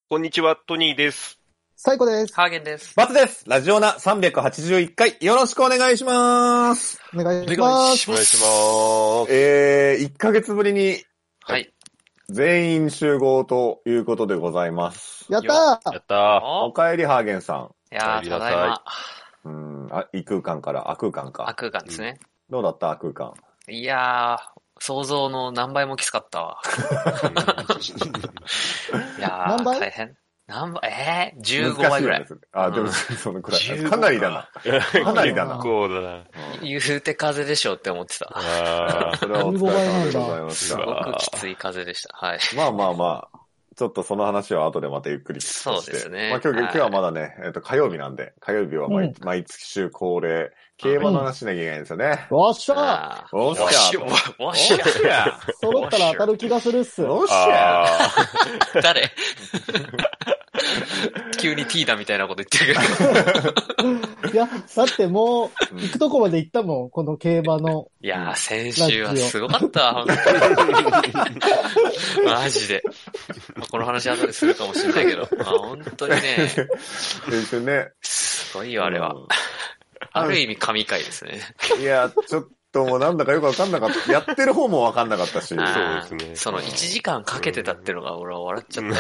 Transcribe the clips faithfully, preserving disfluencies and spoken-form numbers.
こんにちは、トニーです。 サイコです。 ハーゲンです。 バツです。ラジオナさんびゃくはちじゅういっかい、よろしくお願いします。 お願いします。 お願いします。 えー、いっかげつぶりに、 はい。 全員集合ということでございます。 やったーやったー。 おかえり、ハーゲンさん。 いやー、ただいま。 うん、あ、異空間から、あ空間か。 あ空間ですね。 うん、どうだった空間。 いやー、想像の何倍もきつかったわ。いやー、 何倍大変。何倍えー、じゅうごばいぐらい。 あ、でも、そのくらい。かなりだな。かなりだな。 結構だな。 言うて風でしょって思ってた。 ああ、それはお疲れ様でございました。 すごくきつい風でした。はい。 まあまあまあ。ちょっとその話は後でまたゆっくり聞きして。 そうですね。 まあ今日、今日はまだね、えっと、火曜日なんで、火曜日は毎,、うん、毎月週恒例、競馬の話しなきゃいけないんですよね。 おっしゃーおっしゃーおっしゃー揃ったら当たる気がするっす。 おっしゃー誰急にティーダみたいなこと言ってるけど。いや、だってもう、行くとこまで行ったもん、この競馬の。 いやー、先週はすごかった、本当に。マジで。この話後でするかもしれないけど、まあ、本当にね。 先週ね。 すごいよ、あれは。うん、ある意味神回ですね。 いや、ちょっともうなんだかよくわかんなかった。やってる方もわかんなかったし。そうですね。そのいちじかんかけてたってのが俺は笑っちゃった。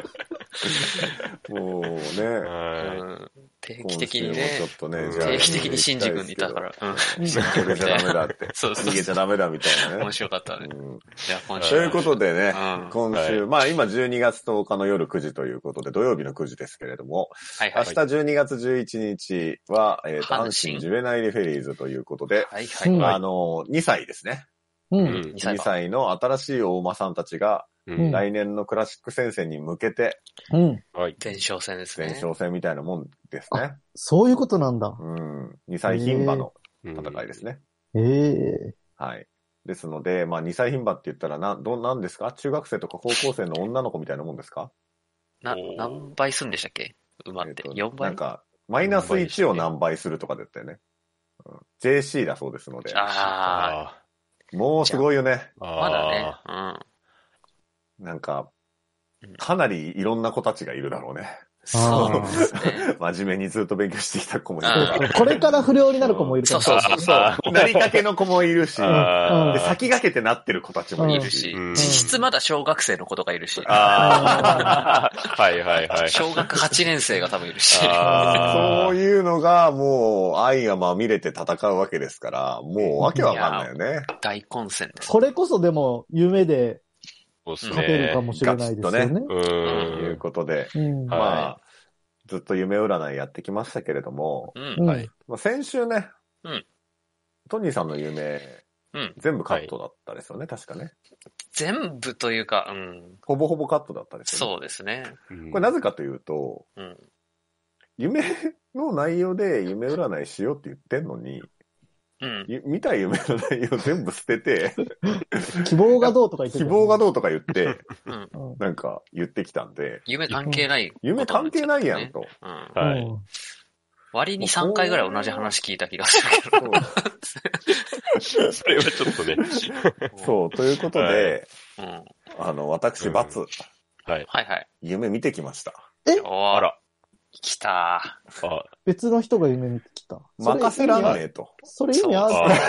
もうね、 うん、定期的にね、 ちょっとね、 定期的にシンジ君にいたから、うん、 逃げちゃダメだって。 そうそうそう、 逃げちゃダメだみたいなね。 面白かったね。うん、いや今週ということでね、 うん、 今週、はい、まあ今じゅうにがつとおかの夜くじということで、土曜日のくじですけれども、はいはい、明日じゅうにがつじゅういちにちは、えー、阪神ジュベナイルフェリーズということで、はいはいはい、あの、にさいですね。 うん、 にさいの新しいお馬さんたちが、うん、来年のクラシック戦線に向けて、 うん、 前哨戦ですね。 前哨戦みたいなもんですね。 そういうことなんだ。 うん。にさい牝馬の戦いですね。 へえ。 はい。ですので、まあにさい牝馬って言ったらな、ど、なんですか？中学生とか高校生の女の子みたいなもんですか？ な、何倍するんでしたっけ？馬って。えー、よんばい？ なんか、マイナスいちを何倍するとかだったよね。うん、ジェーシー だそうですので。 ああ。 もうすごいよね。 まだね。 うん。なんか、かなりいろんな子たちがいるだろうね。 そうですね。 真面目にずっと勉強してきた子もいるから。 これから不良になる子もいるから。 そうそうそう。 なりかけの子もいるし、で先駆けてなってる子たちもいるし、 実質まだ小学生の子とかいるし。 はいはいはい。 小学はちねん生が多分いるし。 そういうのがもう愛がまみれて戦うわけですから、もうわけわかんないよね。 大混戦です。 これこそでも夢で、 勝てるかもしれないですよね。 ね。ということで、うん、まあ、ずっと夢占いやってきましたけれども、 うん、 はい。まあ、先週ね、 うん、 トニーさんの夢、うん、全部カットだったですよね、はい、確かね。 全部というか、うん、 ほぼほぼカットだったですよね。 そうですね。 これなぜかというと、うん、夢の内容で夢占いしようって言ってんのに、うん、見た夢の内容全部捨てて希望がどうとか言って、 ね、希望がどうとか言って、うん、なんか言ってきたんで。 夢関係ない、ね。 夢関係ないやんと。 うん、はい。割にさんかいぐらい同じ話聞いた気がするけど。 それはちょっとね。 そう、ということで、はい、うん、あの、私、バツ、うん。 はい。 はいはい。 夢見てきました。 えあら。来たー。別の人が夢見てきた。 任せらんねえと。 それ意味あるい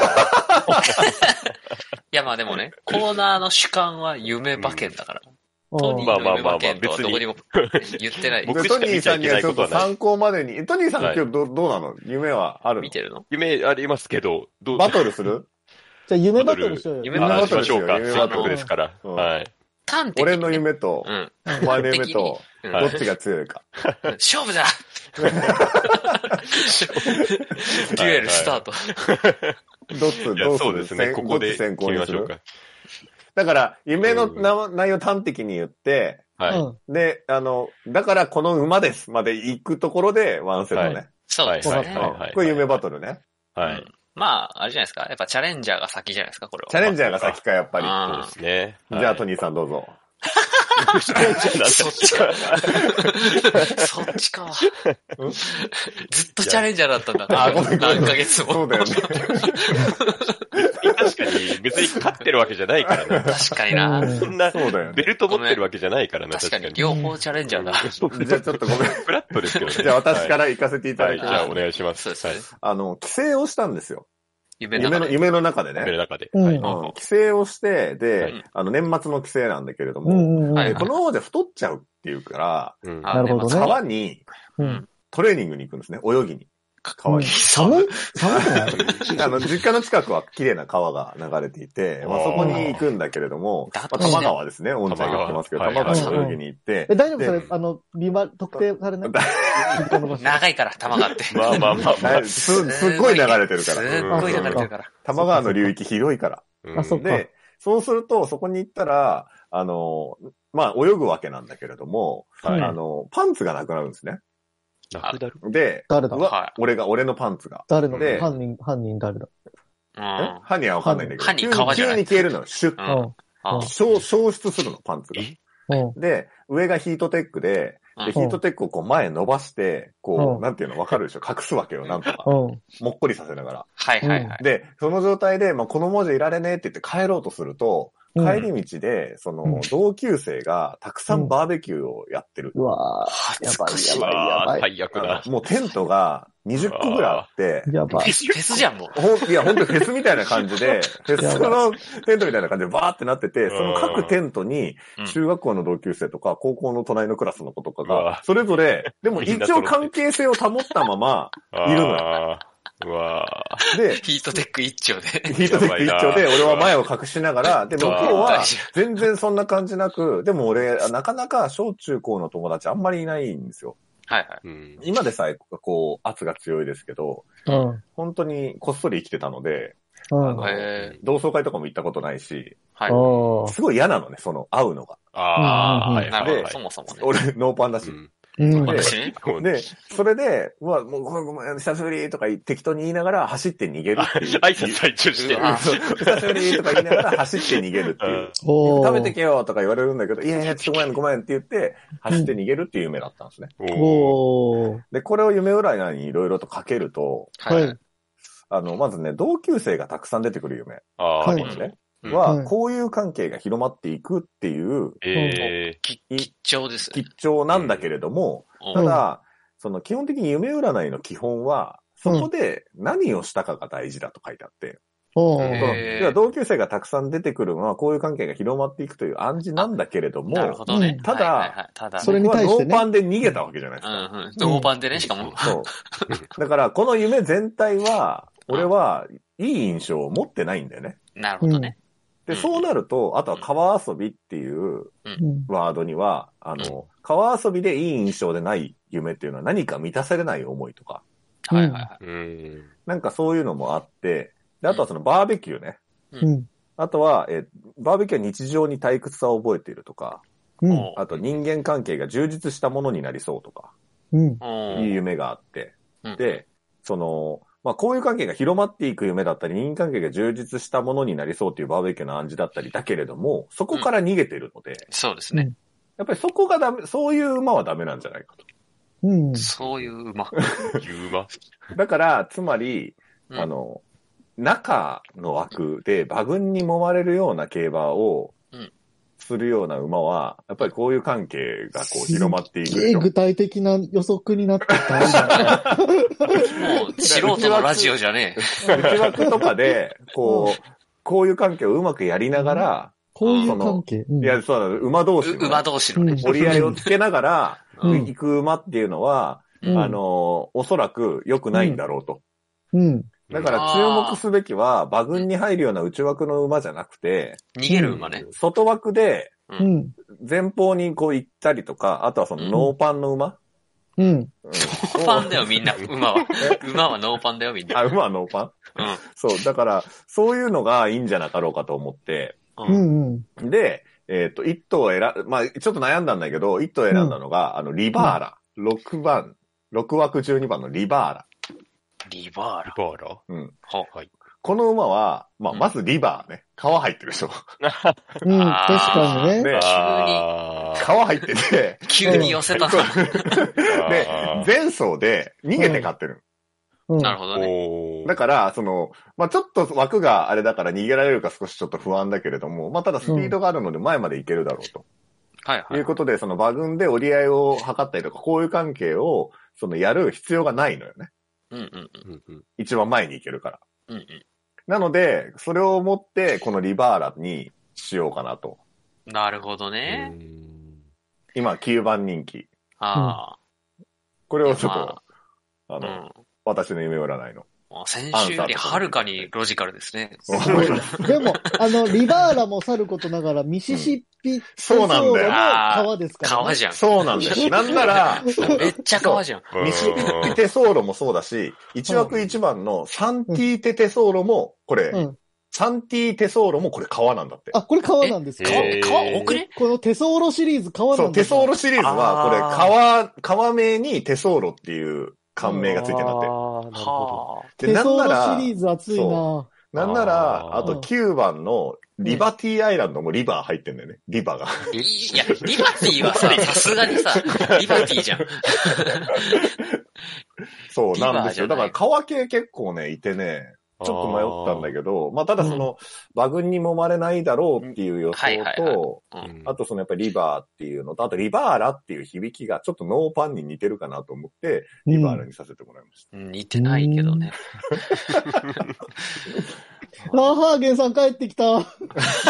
やまあでもね、コーナーの主観は夢馬券だから。うん、トニーの夢馬券とはどこにも言ってない。 僕トニーさんにはちょっと参考までに。トニーさん今日ど、どうなの？夢はあるの？ 見てるの？ 夢ありますけど、 どうバトルする？ じゃあ夢バトルしようよ。 夢バトルしようか。せっかくですから。はい。 端的に、ね、 俺の夢と、うん、お前の夢と、どっちが強いか。 勝負だデュエルスタート。 どっち、どうする？ そうですね、ここで決めましょうか。 だから、夢の内容端的に言って、 はい。 で、あの、だからこの馬ですまで行くところでワンセットね。 そうですね。 これ夢バトルね。 はい。 まあ、あれじゃないですか。やっぱチャレンジャーが先じゃないですか、これは。 チャレンジャーが先か、やっぱり。 そうですね。 じゃあ、トニーさんどうぞ。 そっちか。そっちか。ずっとチャレンジャーだったんだ。 あ、ごめん。 何ヶ月も。 そうだよね。 確かにに、別に勝ってるわけじゃないからな。 確かにな。 そんな、ベルト持ってるわけじゃないからな、 確かに。両方チャレンジャーだ。 じゃあちょっとごめん。 フラットですけどね。 じゃあ私から行かせていただきます。 じゃあお願いします。 そうですね。 あの、帰省をしたんですよ。 夢の中で。 夢の中でね。 夢の中で。 うんはい。 帰省をして、で、あの、年末の帰省なんだけれども、このままじゃ太っちゃうっていうから、 なるほどね。 川に、トレーニングに行くんですね、泳ぎに。川に。 寒い寒くないあの、実家の近くは綺麗な川が流れていて、まあそこに行くんだけれども、まあ多摩川ですね、温泉が言ってますけど、多摩川に泳ぎに行って。 え、大丈夫それ、あの、ビマ、特定されない長いから、多摩川って。 まあまあまあまあ。 す、すっごい流れてるから。 すっごい流れてるから。 多摩川の流域広いから。 あ、そっか。 で、そうすると、そこに行ったら、あの、まあ泳ぐわけなんだけれども、あの、パンツがなくなるんですね。 なくなるで、 誰だ俺が、俺のパンツが。 誰の犯人、犯人誰だえ犯人はわかんないんだけど。 犯人川じゃない急に消えるのよ。シュッ。消失するの、パンツが。で、上がヒートテックで、で、ヒートテックをこう前伸ばして、こう、なんていうのわかるでしょ隠すわけよ、なんとか。もっこりさせながら。 はいはいはい。 で、その状態で、まあ、この文字いられねえって言って帰ろうとすると、帰り道で、その、同級生がたくさんバーベキューをやってる。 うわぁ、やばいやばいやばい。 最悪だ。 もうテントがにじゅっこぐらいあって、 やばい。 フェスじゃん、もう。 ほん、いや、ほんとフェスみたいな感じで、フェスのテントみたいな感じでバーってなってて、その各テントに、中学校の同級生とか、高校の隣のクラスの子とかが、それぞれ、でも一応関係性を保ったまま、いるのよ。 うわで、 ヒートテック一丁で。 ヒートテック一丁で、俺は前を隠しながら、で、向こうは、全然そんな感じなく、でも俺、なかなか小中高の友達あんまりいないんですよ。 はいはい。 今でさえ、こう、圧が強いですけど、 うん、 本当にこっそり生きてたので、 うん、 あの同窓会とかも行ったことないし、 はい、 すごい嫌なのね、その、会うのが。 ああ、はいはい。で、そもそもね。 俺、ノーパンだし。うんうん、 で、で、それで、うわ、もうごめんごめん、久しぶりとか適当に言いながら走って逃げるっていう。 挨拶最中してる。 久しぶりとか言いながら走って逃げるっていう。食べてけよとか言われるんだけど、いやいや、ちょっとごめんごめんって言って、走って逃げるっていう夢だったんですね。 おー。 で、これを夢占いにいろいろとかけると、 はい。 あの、まずね、同級生がたくさん出てくる夢。 はい。 ね。は、交友関係が広まっていくっていう、 えー、吉兆ですね。吉兆なんだけれども、ただ、その基本的に夢占いの基本は、そこで何をしたかが大事だと書いてあって、では同級生がたくさん出てくるのは、交友関係が広まっていくという暗示なんだけれども、 なるほどね。 ただ、 ただ、 それに対してノーパンで逃げたわけじゃないですか。 うんうん、ノーパンでね、しかも。 そう。だから、この夢全体は、俺はいい印象を持ってないんだよね。 なるほどね。 で、そうなると、あとは川遊びっていうワードには、あの、川遊びでいい印象でない夢っていうのは何か満たされない思いとか。 はいはいはい。 なんかそういうのもあって、で、あとはそのバーベキューね。 うん。 あとは、え、バーベキューは日常に退屈さを覚えているとか。 うん。 あと人間関係が充実したものになりそうとか。 うん。 いう夢があって。で、その、まあ、交友関係が広まっていく夢だったり、人間関係が充実したものになりそうっていうバーベキューの暗示だったりだけれども、そこから逃げてるので、うん、 そうですね。 やっぱりそこがダメ、そういう馬はダメなんじゃないかと。 うん。 そういう馬。 いう馬だから、つまり、うん、あの、中の枠で馬群に揉まれるような競馬を、するような馬は、やっぱりこういう関係がこう広まっていく。 すげえ具体的な予測になってた。 もう素人のラジオじゃねえ。内枠とかで、こう、こういう関係をうまくやりながら、 こういう関係、 うん、いや、そうなの、馬同士の。 馬同士のね。 折り合いをつけながら、行く馬っていうのは、うん、あの、おそらく良くないんだろうと。 うん。うんだから注目すべきは、馬群に入るような内枠の馬じゃなくて、 逃げる馬ね。 外枠で、 うん、 前方にこう行ったりとか、あとはそのノーパンの馬、 うん。うん。 ノーパンだよみんな、馬は。馬はノーパンだよみんな。 あ、馬はノーパンうん。そう、だから、そういうのがいいんじゃなかろうかと思って、 うんうん。 で、えっと、一頭を選、まあ、ちょっと悩んだんだけど、一頭選んだのが、うん、あの、リバーラ。ろくばん、ろく枠じゅうにばんのリバーラ。 リバーラ。 リバーラうん。 はい。 この馬は、まあ、まずリバーね。皮入ってるでしょ。 うん、確かにね。 で、皮入ってて、 急に寄せたな。 で、前走で逃げて勝ってる。 なるほどね。 だから、その、まあちょっと枠があれだから逃げられるか少しちょっと不安だけれども、まあただスピードがあるので前まで行けるだろうと。 はいはい。 いうことで、その馬群で折り合いを図ったりとか、交友関係を、そのやる必要がないのよね。 うんうんうん。 一番前に行けるから。 うんうん。 なので、それを持って、このリバーラにしようかなと。 なるほどね。 今、きゅうばん人気。 ああ。 これをちょっと、 まあ、 あの、 うん、 私の夢占いの。 先週よりはるかにロジカルですね。 でも、あの、リバーラもさることながら、ミシシッピそうなんだよ。 川ですから、 ね。川じゃん。 そうなんだよ。なんなら、 めっちゃ川じゃん。 ミシシッピテソーロもそうだし、一枠一番のサンティーテテソーロも、これ、うん、サンティーテソーロもこれ川なんだって。 あ、これ川なんですか？ 川、川多くね？ このテソーロシリーズ川なんですか？ そう、テソーロシリーズは、これ川、川名にテソーロっていう感名がついてるんだって。 はあ。 テソーロシリーズ熱いな。 なんなら、あときゅうばんのリバティアイランドもリバー入ってんだよね。リバが。 いや、リバティはさ、さすがにさ、リバティじゃん。 そうなんですよ。だから川系結構ね、いてね、ちょっと迷ったんだけど、まあただその、馬群に揉まれないだろうっていう予想と、あとそのやっぱりリバーっていうのと、あとリバーラっていう響きがちょっとノーパンに似てるかなと思って、リバーラにさせてもらいました。 うん、似てないけどね。 あー、ハーゲンさん帰ってきた。 こ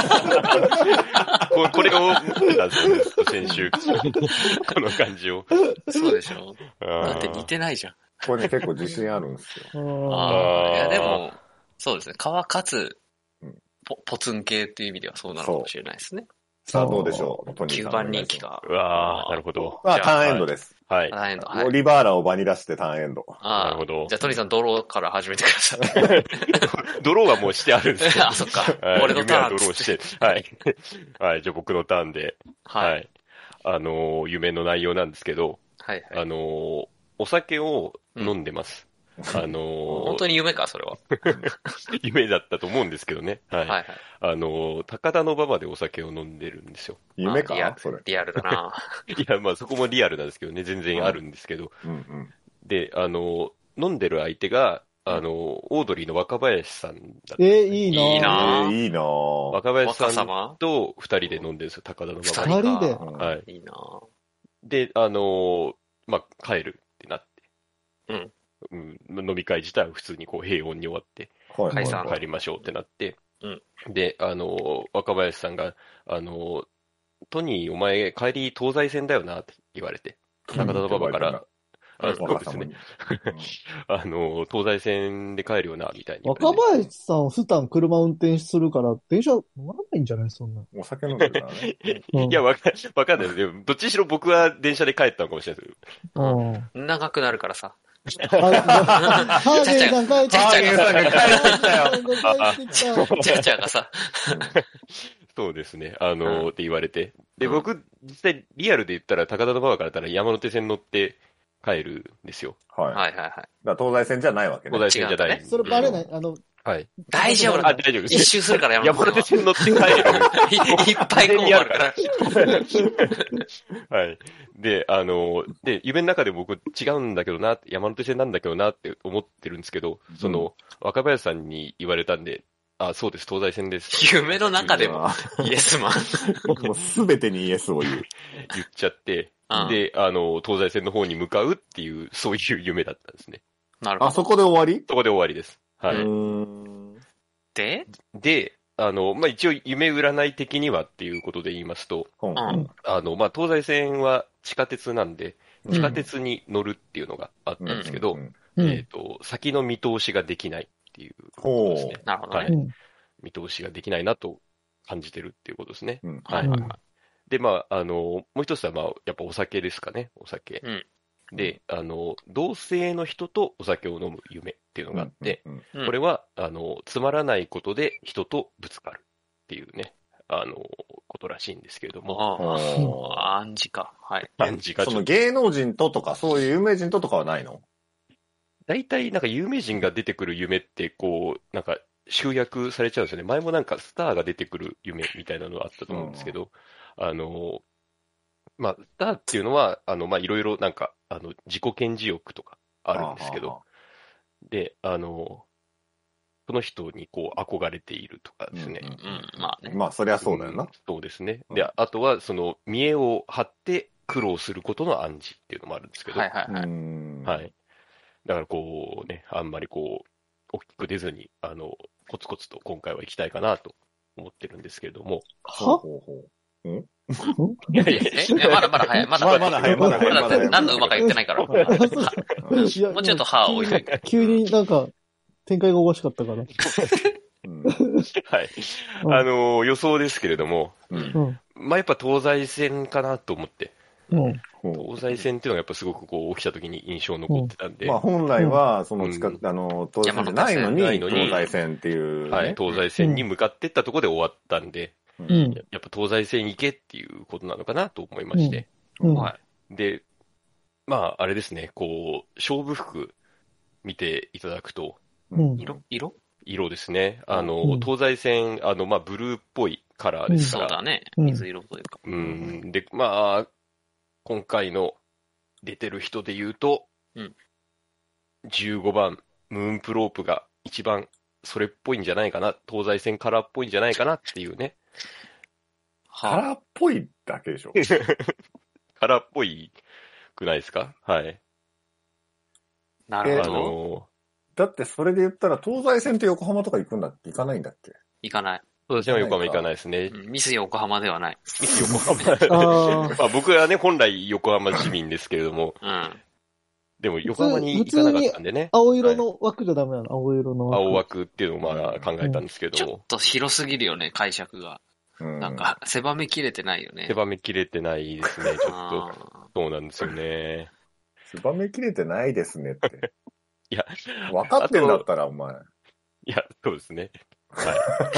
これを、先週、この感じを。 そうでしょ。だって似てないじゃん。 これね、結構自信あるんですよ。ああ、いやでも、そうですね。川かつ、ポ、ポツン系っていう意味ではそうなのかもしれないですね。 さあ、どうでしょう。 きゅうばん人気が。 うわー、なるほど。 まあ、ターンエンドです。 はい。 ターンエンド。 はい。リバーラを場に出してターンエンド。 ああ、なるほど。じゃあ、トニーさん、ドローから始めてください。 ドローはもうしてあるんですよ。 あ、そっか。俺のターン。 ドローして。はい。はい。じゃあ、僕のターンで。はい。あの、夢の内容なんですけど、 はい。 あの、お酒を飲んでます。あのー、 本当に夢か、それは。 夢だったと思うんですけどね。はい。はいはい、あのー、高田の馬場でお酒を飲んでるんですよ。 夢かリアそれ。 リアルだな。 いや、まあそこもリアルなんですけどね、全然あるんですけど。 うんうん、 で、あのー、飲んでる相手が、あのー、オードリーの若林さんだった。 えー、いいな。 いいな。 えー、いいな。 若林さんと二人で飲んでるんですよ、高田の馬場。 二人で。 はい。 いいな。 で、あのー、まあ、帰るってなって。 うん。 うん、飲み会自体は普通にこう平穏に終わって、 解散帰りましょうってなって、 うん、 で、あの、若林さんが、あの、トニーお前帰り東西線だよなって言われて、高田馬場から、あそうですね。あの、東西線で帰るよな、みたいに。 若林さん普段車運転するから、電車乗らないんじゃないそんな。 お酒飲んでるからね。 いや、わか、わかんないです。どっちにしろ僕は電車で帰ったのかもしれないです。 うん。長くなるからさ。 ハーゲンさん帰ってきた。 ハーゲンさんが帰ってきたよ。 チャチャがさ。 そうですね。あのー、って言われて。で、僕、実際リアルで言ったら高田馬場からだったら山手線乗って帰るんですよ。 はい。 はいはいはい。 だ東西線じゃないわけね。 東西線じゃない。 それバレないあの、 はい。 大丈夫あ、大丈夫。 一周するから山手線乗って帰る。 いっぱいこうあるから。 はい。で、あの、で、夢の中で僕違うんだけどな、山手線なんだけどなって思ってるんですけど、その、若林さんに言われたんで、あ、そうです、東西線です。 夢の中でも、イエスマン。 もうすべてにイエスを言う。 言っちゃって、で、あの、東西線の方に向かうっていう、そういう夢だったんですね。 なるほど。 あ、そこで終わり？ そこで終わりです。はい。 でで、あの、まあ、一応夢占い的にはっていうことで言いますと、 うん、 あの、まあ、東西線は地下鉄なんで、地下鉄に乗るっていうのがあったんですけど、うん、えっと、先の見通しができないっていうことですね。 なるほどね、 はい。見通しができないなと感じてるっていうことですね。 うん、 はいはいはい。で、まあ、あの、もう一つは、まあ、やっぱお酒ですかね、お酒。 うん、 で、あの、同性の人とお酒を飲む夢っていうのがあって、 うんうん、 これは、あの、つまらないことで人とぶつかるっていうね、あの、ことらしいんですけれども。 ああ、暗示か。はい。 暗示か。 その芸能人ととか、そういう有名人ととかはないの？ 大体、なんか有名人が出てくる夢って、こう、なんか、集約されちゃうんですよね。前もなんかスターが出てくる夢みたいなのがあったと思うんですけど、うん、あの、まあ、スターっていうのは、あの、まあ、いろいろなんか、あの、自己顕示欲とかあるんですけど、 で、あの、その人にこう憧れているとかですね。 うん、うん、まあね。 まあ、そりゃそうだよな。うん、 そうですね。で、あとは、その、見栄を張って苦労することの暗示っていうのもあるんですけど。 はいはいはい。 はい。だからこうね、あんまりこう、大きく出ずに、あの、コツコツと今回は行きたいかなと思ってるんですけれども。 はほうほう。んいやいや、え、まだまだ早い。まだまだ早い。まだ早い。まだ何の馬か言ってないから。もうちょっと歯を置いといて。 急になんか、展開がおかしかったから。 うん、はい。あのー、予想ですけれども、うん、まあやっぱ東西線かなと思って。うん、東西線っていうのがやっぱすごくこう起きた時に印象残ってたんで。 うん、まあ本来は、その近く、うん、あの、東西線じゃないのに、東西線っていう、ね、 はい、東西線に向かっていったところで終わったんで、うん、やっぱ東西線行けっていうことなのかなと思いまして。うんはい、で、まああれですね、こう、勝負服見ていただくと、 うん、色色色ですね。あの、うん、東西線、あの、まあ、ブルーっぽいカラーですから。 そうだね。水色というか。 うん。で、まあ、今回の出てる人で言うと、うん、じゅうごばん、ムーンプロープが一番それっぽいんじゃないかな。東西線カラーっぽいんじゃないかなっていうね。 カラーっぽいだけでしょ。 カラーっぽいくないですか？はい。 なるほど。あのーだってそれで言ったら東西線って横浜とか行くんだっけ？行かないんだっけ？ 行かない。 東西線は横浜行かないですね。 うん、ミス横浜ではない。 ミス横浜。あまあ僕はね、本来横浜市民ですけれども。うん。でも横浜に行かなかったんでね。 青色の枠じゃダメなの、はい、青色の枠。 青枠っていうのをまあ考えたんですけども。 うん、ちょっと広すぎるよね、解釈が。うん、なんか、狭めきれてないよね。 狭めきれてないですね、ちょっと。そうなんですよね。 狭めきれてないですねって。 いや、 分かってんだったら、お前。 いや、そうですね。はい。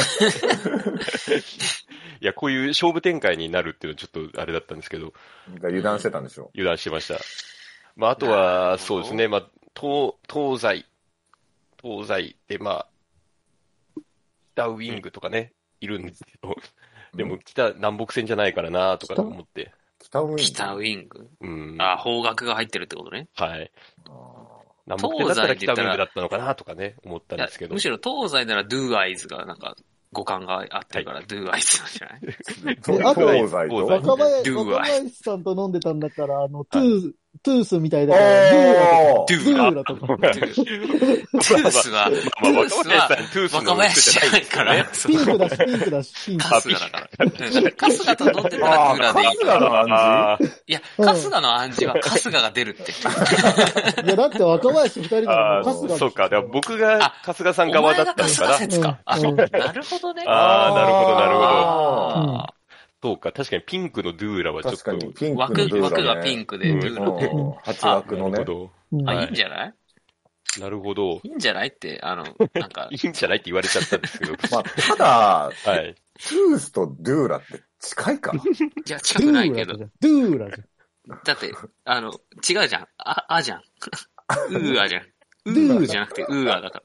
いや、こういう勝負展開になるっていうのはちょっとあれだったんですけど。 油断してたんでしょ、うん、 油断してました。まあ、あとは、そうですね。まあ、東、東西、東西で、まあ、北ウィングとかね、いるんですけど、でも北、南北線じゃないからなとか思って。 北ウィング北ウィングうん。あ、方角が入ってるってことね。 はい。南北線だったら北ウィングだったのかなとかね、思ったんですけど。 むしろ東西ならドゥーアイズがなんか、五感があってるから、ドゥーアイズなんじゃないあと、若林、若林さんと飲んでたんだから、あの、トゥー、トゥースみたいだから、ドゥーラとか。ドゥーラとか。 トゥースは、トゥースは、若林じゃないから。 ピンクだし、ピンクだし、ピンク。 春日だから。春日と飲んでたらドゥーラでいいから。 の暗示いや、春日の暗示は春日が出るって。 いや、だって若林二人なの春日。そうか、でも僕が春日さん側だったのかな。 春日説か。あ、なるほどね。 ああ、なるほど、なるほど。そうか、確かにピンクのドゥーラはちょっと。 確かに、ピンクのドゥーラ、ね。 枠がピンクで、ドゥーラで。 はち枠のね。 あ、いいんじゃないなるほど。 いいんじゃないって、あの、なんか。 いいんじゃないって言われちゃったんですけど。 まあ、ただ、はい。トゥースとドゥーラって近いか？ いや、近くないけど。 ドゥーラじゃん。だって、あの、違うじゃん。あ、あじゃん。うーあじゃん。うーじゃなくて、うーあだから。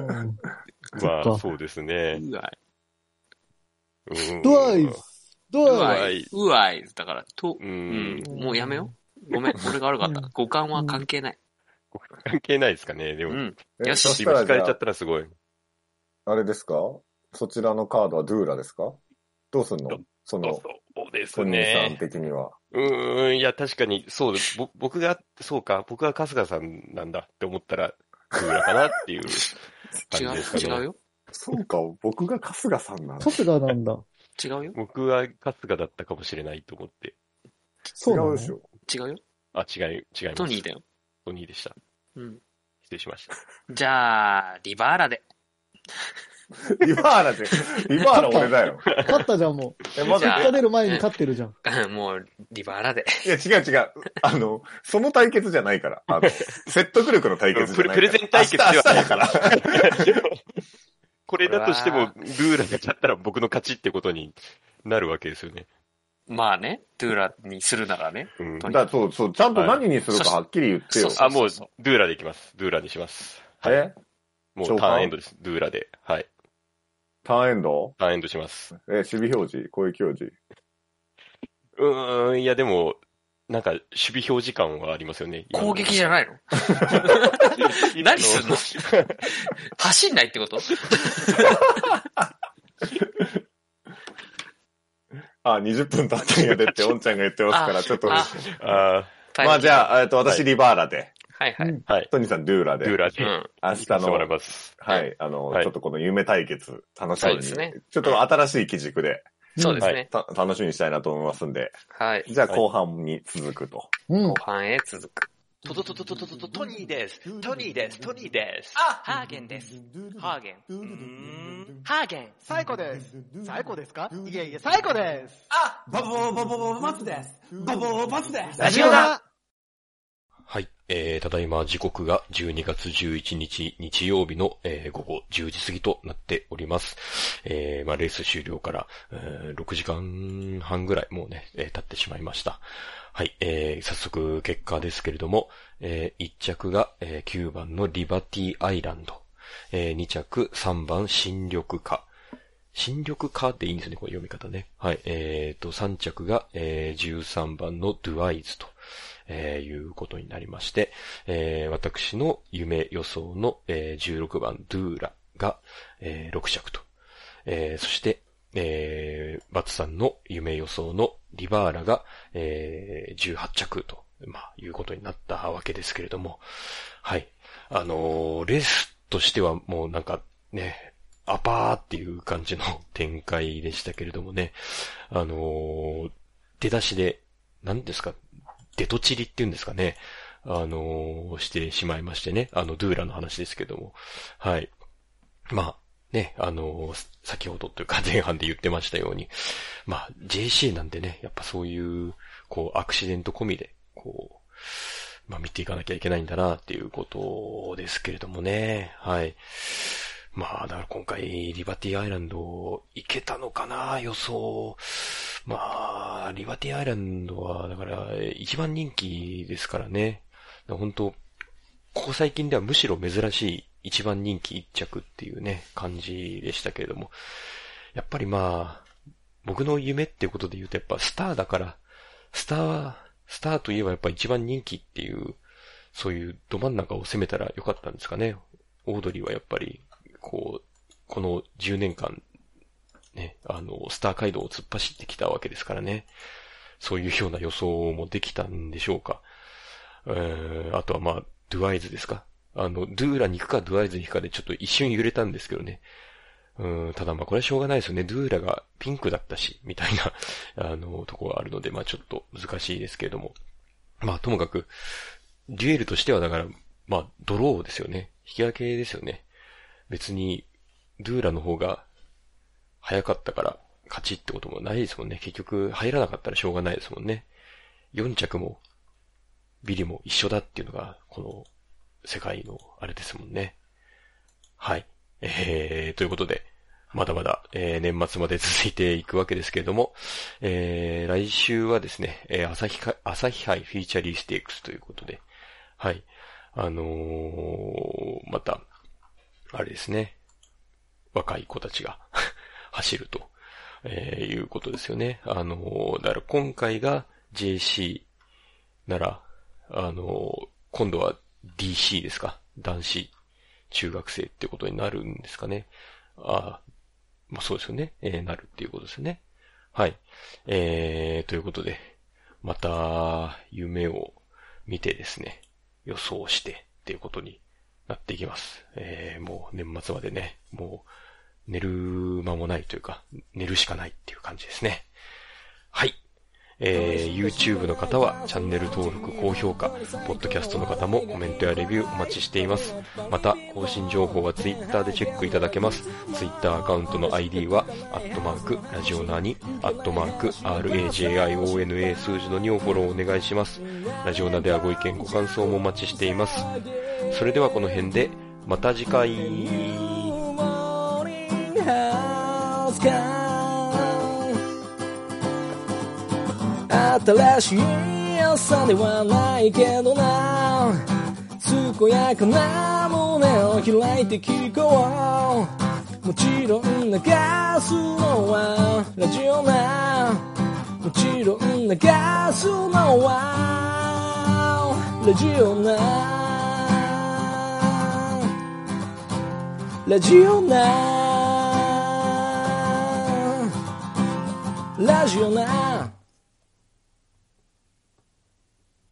まあ、そうですね。 うーあ。 ドアイズ。 ドアイズ。うアイズ。だから、と、うん。もうやめよう。ごめん、俺が悪かった。五感は関係ない。 関係ないですかね、でも。 うん。よし。 今聞かれちゃったらすごい。 あれですか？そちらのカードはドゥーラですか？どうすんの？その、 そうですね。 トニーさん的には。 うーん、いや、確かに、そうです。ぼ僕が、そうか、僕が春日さんなんだって思ったら、ドゥーラかなっていう感じですかね。 違う、違うよ。 そうか、僕が春日さんなんだ。 春日なんだ。 違うよ。 僕は春日だったかもしれないと思って。 そう違うでしょ。 違うよ。 あ、違い、違います。 トニーだよ。 トニーでした。 うん。 失礼しました。 じゃあ、リバーラで。 リバーラで、リバーラ俺だよ。 勝ったじゃん、もう。え、まだ結果出る前に勝ってるじゃん。 もう、リバーラで。 いや、違う違う。あの、その対決じゃないから。あの、説得力の対決じゃないから。 プレゼン対決では明日だから。 これだとしても、ルーラで勝ったら僕の勝ちってことになるわけですよね。 まあね、ドゥーラにするならね。 うん。だそうそう、ちゃんと何にするかはっきり言ってよ。 あ、もう、ドゥーラでいきます。ドゥーラにします。 はい。えもうターンエンドです。ドゥーラで。はい。 ターンエンド？ ターンエンドします。 え、守備表示、攻撃表示。 うーん、いやでも、 なんか、守備表示感はありますよね。 攻撃じゃないの何すんの走んないってことあ、にじゅっぷん経ったんやでって、おんちゃんが言ってますから、ちょっと。ああまあじゃあ、えっと、私リバーラで。 はいはい。 はい。 トニーさんドゥーラで。 ドゥーラで。 明日の。 はい。 あの、ちょっとこの夢対決、楽しみに。 そうですね。 ちょっと新しい基軸で。 そうですね。 楽しみにしたいなと思いますんで。 はい。 じゃあ後半に続くと。 後半へ続く。 トトトトトトトトトニーです。トニーです。トニーです。あ、ハーゲンです。ハーゲン。うーん。ハーゲン。 サイコです。サイコですか？いえいえ、サイコです。 あ、バボーバボーバツです。バボーバツです。 ラジオだ。 はい。えー、ただいま時刻がじゅうにがつじゅういちにち日曜日の、えー、午後じゅうじ過ぎとなっております。えー、まあレース終了から、えー、ろくじかんはんぐらいもうね、えー、経ってしまいました。はい。えー、早速結果ですけれども、えー、いっちゃくが、えー、きゅうばんのリバティアイランド、えー、にちゃくさんばん新緑花。新緑花でいいんですね、これ読み方ね。はい。えーと、さんちゃくが、えー、じゅうさんばんのドゥアイズと。えー、いうことになりまして、えー、私の夢予想の、えー、じゅうろくばんドゥーラが、えー、ろくちゃくと、えー、そして、えー、バツさんの夢予想のリバーラが、えー、じゅうはっちゃくと、まあ、いうことになったわけですけれども、はい。あのー、レースとしてはもうなんかね、アパーっていう感じの展開でしたけれどもね、あのー、出だしで、何ですか、デトチリっていうんですかね。あのー、してしまいましてね。あの、ドゥーラの話ですけども。はい。まあ、ね、あのー、先ほどというか前半で言ってましたように。まあ、ジェーシー なんでね、やっぱそういう、こう、アクシデント込みで、こう、まあ見ていかなきゃいけないんだなっていうことですけれどもね。はい。まあ、だから今回、リバティアイランド、行けたのかな、予想。まあ、リバティアイランドは、だから、一番人気ですからね。本当ここ最近ではむしろ珍しい一番人気一着っていうね、感じでしたけれども。やっぱりまあ、僕の夢っていうことで言うと、やっぱスターだから、スター、スターといえばやっぱ一番人気っていう、そういうど真ん中を攻めたらよかったんですかね。オードリーはやっぱり、こう、このじゅうねんかん、ね、あの、スター街道を突っ走ってきたわけですからね。そういうような予想もできたんでしょうか。えー、あとはまあ、ドゥアイズですか。あの、ドゥーラに行くかドゥアイズに行くかでちょっと一瞬揺れたんですけどね。うん、ただまあこれはしょうがないですよね。ドゥーラがピンクだったし、みたいな、あの、ところがあるので、まあちょっと難しいですけれども。まあともかく、デュエルとしてはだから、まあドローですよね。引き分けですよね。別に、ドゥーラの方が早かったから勝ちってこともないですもんね。結局入らなかったらしょうがないですもんね。よんちゃくもビリも一緒だっていうのがこの世界のあれですもんね。はい。えー、ということで、まだまだ、えー、年末まで続いていくわけですけれども、えー、来週はですね、えー、朝日か、朝日杯フィーチャリーステークスということで、はい。あのー、また、あれですね。若い子たちが走ると、えー、いうことですよね。あのー、だから今回が ジェーシー なら、あのー、今度は ディーシー ですか。男子中学生ってことになるんですかね。ああ、まあそうですよね。えー、なるっていうことですね。はい。えー、ということで、また、夢を見てですね、予想してっていうことになっていきます。えー、もう年末までね、もう寝る間もないというか、寝るしかないっていう感じですね。はい。えー、YouTube の方はチャンネル登録、高評価、Podcast の方もコメントやレビューお待ちしています。また、更新情報は Twitter でチェックいただけます。Twitter アカウントの アイディー は、アットマーク、ラジオナーに、アットマーク、アールエージェーアイオーエヌエー 数字のにをフォローお願いします。ラジオナではご意見ご感想もお待ちしています。それではこの辺で、また次回。 新しい朝ではないけどな、健やかな胸を開いて聞こう。もちろん流すのはラジオな。 もちろん流すのはラジオなラジオなラジオな